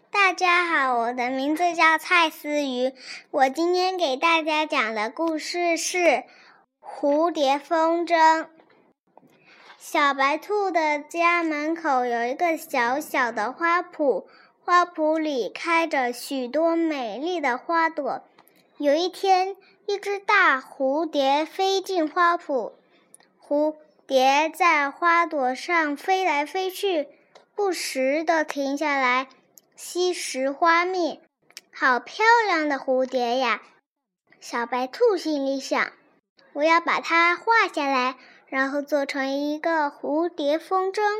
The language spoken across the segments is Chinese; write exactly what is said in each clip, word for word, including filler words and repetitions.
大家好，我的名字叫蔡思瑜。我今天给大家讲的故事是蝴蝶风筝。小白兔的家门口有一个小小的花圃，花圃里开着许多美丽的花朵。有一天，一只大蝴蝶飞进花圃，蝴蝶在花朵上飞来飞去，不时地停下来吸食花蜜。好漂亮的蝴蝶呀！小白兔心里想，我要把它画下来，然后做成一个蝴蝶风筝。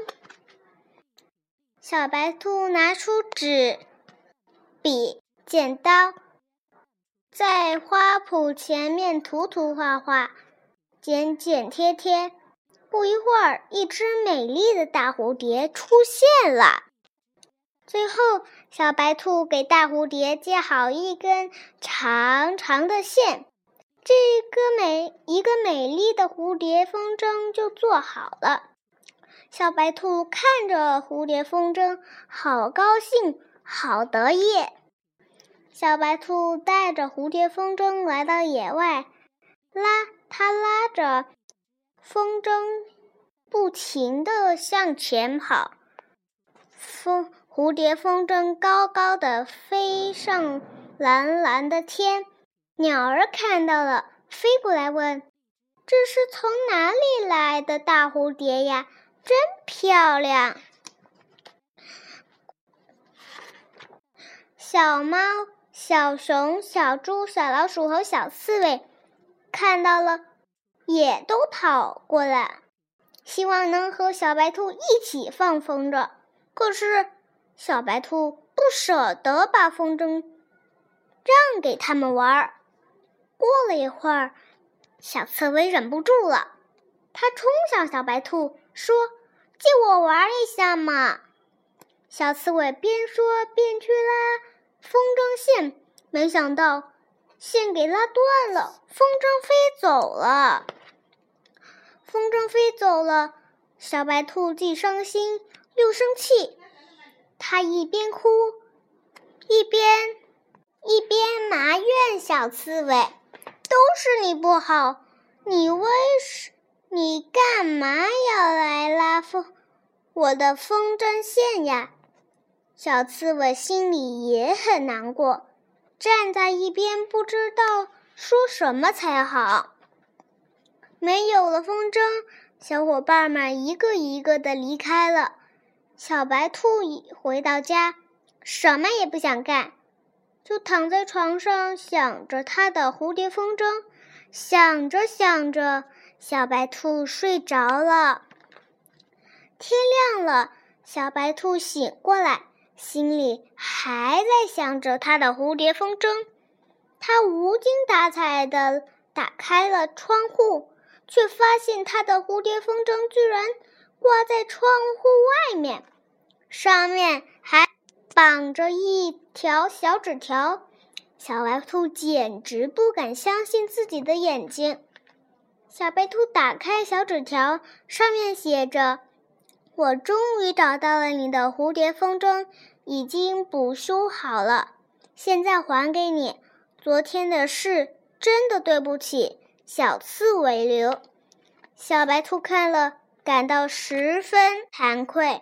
小白兔拿出纸、笔、剪刀，在花圃前面涂涂画画，剪剪贴贴。不一会儿，一只美丽的大蝴蝶出现了。最后，小白兔给大蝴蝶接好一根长长的线，这个美一个美丽的蝴蝶风筝就做好了。小白兔看着蝴蝶风筝，好高兴，好得意。小白兔带着蝴蝶风筝来到野外，拉它拉着风筝不停地向前跑。风蝴蝶风筝高高的飞上蓝蓝的天，鸟儿看到了，飞过来问：“这是从哪里来的大蝴蝶呀？真漂亮！”小猫、小熊、小猪、小老鼠和小刺猬看到了，也都跑过来，希望能和小白兔一起放风筝。可是小白兔不舍得把风筝让给他们玩。过了一会儿，小刺猬忍不住了，它冲向小白兔说：“借我玩一下嘛！”小刺猬边说边去拉风筝线，没想到线给拉断了，风筝飞走了。风筝飞走了，小白兔既伤心又生气。他一边哭，一边一边埋怨小刺猬：“都是你不好，你为什你干嘛要来拉风我的风筝线呀？”小刺猬心里也很难过，站在一边不知道说什么才好。没有了风筝，小伙伴们一个一个的离开了。小白兔回到家，什么也不想干，就躺在床上想着它的蝴蝶风筝。想着想着，小白兔睡着了。天亮了，小白兔醒过来，心里还在想着它的蝴蝶风筝。它无精打采地打开了窗户，却发现它的蝴蝶风筝居然挂在窗户外面，上面还绑着一条小纸条。小白兔简直不敢相信自己的眼睛。小白兔打开小纸条，上面写着：“我终于找到了你的蝴蝶风筝，已经补修好了，现在还给你。昨天的事真的对不起，小刺猬流。”小白兔看了，感到十分惭愧。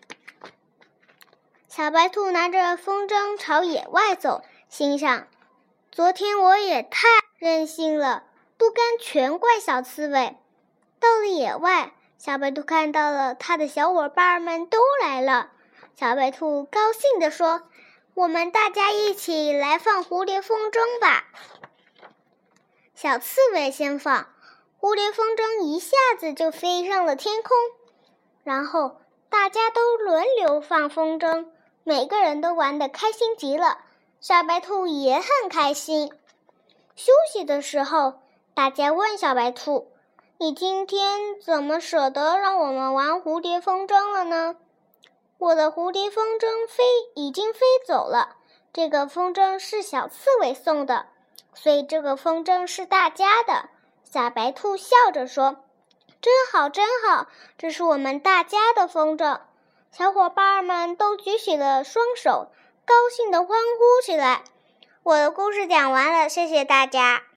小白兔拿着风筝朝野外走，心想：昨天我也太任性了，不该全怪小刺猬。到了野外，小白兔看到了它的小伙伴们都来了。小白兔高兴地说：“我们大家一起来放蝴蝶风筝吧！”小刺猬先放，蝴蝶风筝一下子就飞上了天空，然后大家都轮流放风筝，每个人都玩得开心极了。小白兔也很开心。休息的时候，大家问小白兔：“你今天怎么舍得让我们玩蝴蝶风筝了呢？”“我的蝴蝶风筝飞已经飞走了，这个风筝是小刺猬送的，所以这个风筝是大家的。”小白兔笑着说：“真好，真好，这是我们大家的风筝。”小伙伴们都举起了双手， 高兴地欢呼起来。我的故事讲完了，谢谢大家。